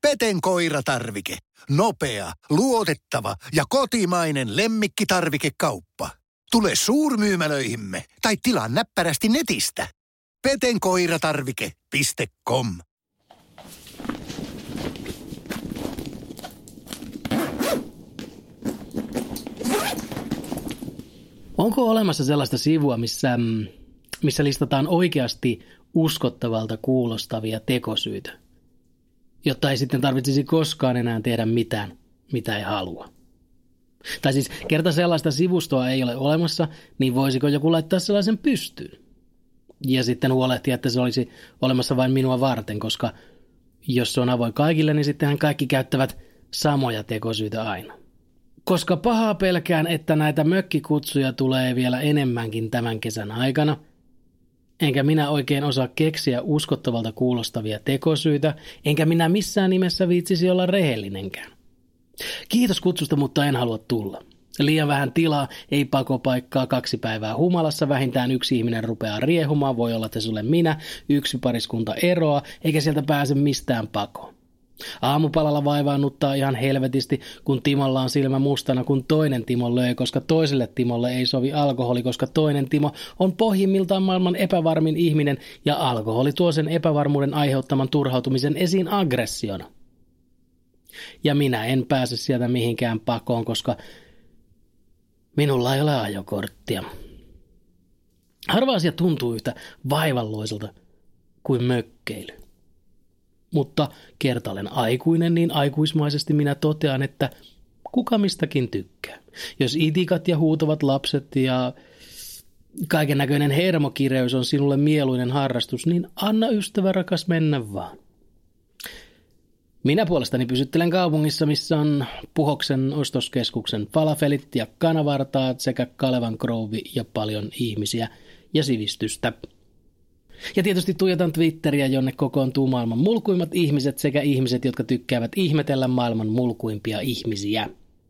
Peten koiratarvike. Nopea, luotettava ja kotimainen lemmikkitarvikekauppa. Tule suurmyymälöihimme tai tilaa näppärästi netistä. petenkoiratarvike.com. Onko olemassa sellaista sivua, missä listataan oikeasti uskottavalta kuulostavia tekosyitä, jotta ei sitten tarvitsisi koskaan enää tehdä mitään, mitä ei halua? Tai siis kerta sellaista sivustoa ei ole olemassa, niin voisiko joku laittaa sellaisen pystyyn? Ja sitten huolehtia, että se olisi olemassa vain minua varten, koska jos se on avoin kaikille, niin sittenhän kaikki käyttävät samoja tekosyitä aina. Koska pahaa pelkään, että näitä mökkikutsuja tulee vielä enemmänkin tämän kesän aikana, enkä minä oikein osaa keksiä uskottavalta kuulostavia tekosyitä, enkä minä missään nimessä viitsisi olla rehellinenkään. Kiitos kutsusta, mutta en halua tulla. Liian vähän tilaa, ei pakopaikkaa, 2 päivää humalassa, vähintään 1 ihminen rupeaa riehumaan, voi olla, että sulle minä, 1 pariskunta eroa, eikä sieltä pääse mistään pakoon. Aamupalalla vaivaannuttaa ihan helvetisti, kun Timolla on silmä mustana, kun toinen Timo löi, koska toiselle Timolle ei sovi alkoholi, koska toinen Timo on pohjimmiltaan maailman epävarmin ihminen ja alkoholi tuo sen epävarmuuden aiheuttaman turhautumisen esiin aggressiona. Ja minä en pääse sieltä mihinkään pakoon, koska minulla ei ole ajokorttia. Harva asia tuntuu yhtä vaivalloiselta kuin mökkeily. Mutta kerta olen aikuinen, niin aikuismaisesti minä totean, että kuka mistäkin tykkää. Jos itikat ja huutavat lapset ja kaiken näköinen hermokireys on sinulle mieluinen harrastus, niin anna ystävä rakas mennä vaan. Minä puolestani pysyttelen kaupungissa, missä on Puhoksen ostoskeskuksen falafelit ja kanavartaat sekä Kalevan Grove ja paljon ihmisiä ja sivistystä. Ja tietysti tuijotan Twitteriä, jonne kokoontuu maailman mulkuimmat ihmiset sekä ihmiset, jotka tykkäävät ihmetellä maailman mulkuimpia ihmisiä.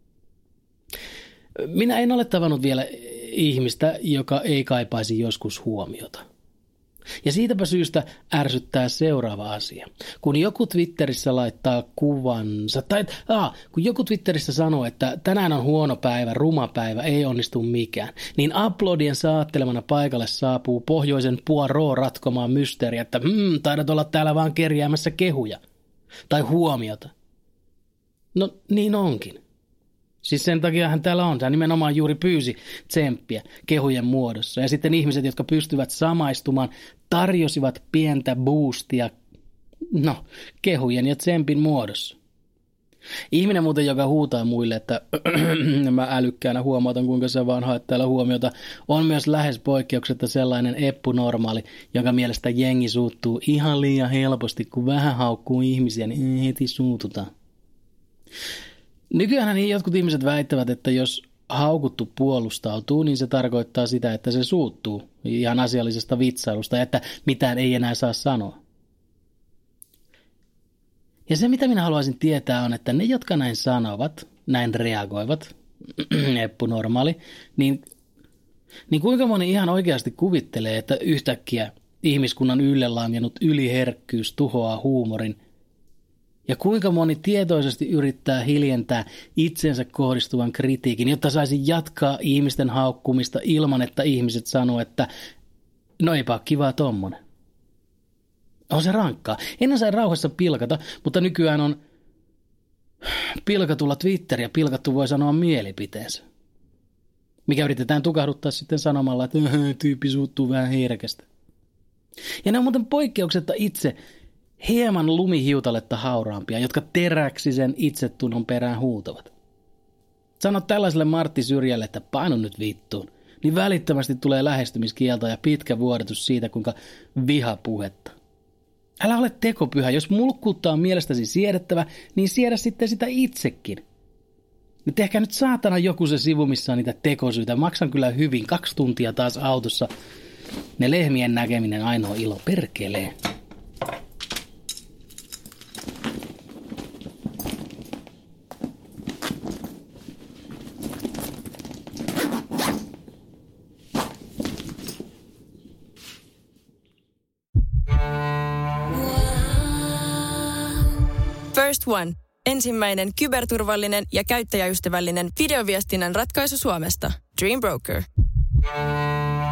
Minä en ole tavannut vielä ihmistä, joka ei kaipaisi joskus huomiota. Ja siitäpä syystä ärsyttää seuraava asia. Kun joku Twitterissä laittaa kuvansa, kun joku Twitterissä sanoo, että tänään on huono päivä, ruma päivä, ei onnistu mikään, niin uploadien saattelemana paikalle saapuu pohjoisen Poirot ratkomaan mysteeriä, että taidat olla täällä vaan kerjäämässä kehuja tai huomiota. No niin onkin. Siis sen takiahan täällä on. Tämä nimenomaan juuri pyysi tsemppiä kehujen muodossa. Ja sitten ihmiset, jotka pystyvät samaistumaan, tarjosivat pientä boostia, kehujen ja tsempin muodossa. Ihminen muuten, joka huutaa muille, että mä älykkäänä huomautan, kuinka sä vaan haet täällä huomiota, on myös lähes poikkeuksetta sellainen eppunormaali, joka mielestä jengi suuttuu ihan liian helposti, kun vähän haukkuu ihmisiä, niin heti suututaan. Nykyään jotkut ihmiset väittävät, että jos haukuttu puolustautuu, niin se tarkoittaa sitä, että se suuttuu ihan asiallisesta vitsailusta ja että mitään ei enää saa sanoa. Ja se, mitä minä haluaisin tietää, on, että ne, jotka näin sanovat, näin reagoivat, eppunormaali, niin kuinka moni ihan oikeasti kuvittelee, että yhtäkkiä ihmiskunnan ylle langennut yliherkkyys tuhoaa huumorin. Ja kuinka moni tietoisesti yrittää hiljentää itsensä kohdistuvan kritiikin, jotta saisi jatkaa ihmisten haukkumista ilman, että ihmiset sanoo, että no eipä ole kivaa tommonen. On se rankkaa. Ennen sai rauhassa pilkata, mutta nykyään on pilkatulla Twitter ja pilkattu voi sanoa mielipiteensä. Mikä yritetään tukahduttaa sitten sanomalla, että tyyppi suuttuu vähän herkästä. Ja ne on muuten poikkeuksetta itse hieman lumihiutaletta hauraampia, jotka teräksisen itsetunnon perään huutavat. Sano tällaiselle Martti Syrjälle, että painu nyt vittuun, niin välittömästi tulee lähestymiskielto ja pitkä vuodatus siitä, kuinka vihapuhetta. Älä ole tekopyhä, jos mulkkuutta on mielestäsi siedettävä, niin siedä sitten sitä itsekin. Ja tehkää nyt saatana joku se sivu, missä on niitä tekosyitä. Maksan kyllä hyvin, 2 tuntia taas autossa. Ne lehmien näkeminen ainoa ilo, perkelee. First One. Ensimmäinen kyberturvallinen ja käyttäjäystävällinen videoviestinnän ratkaisu Suomesta. Dream Broker.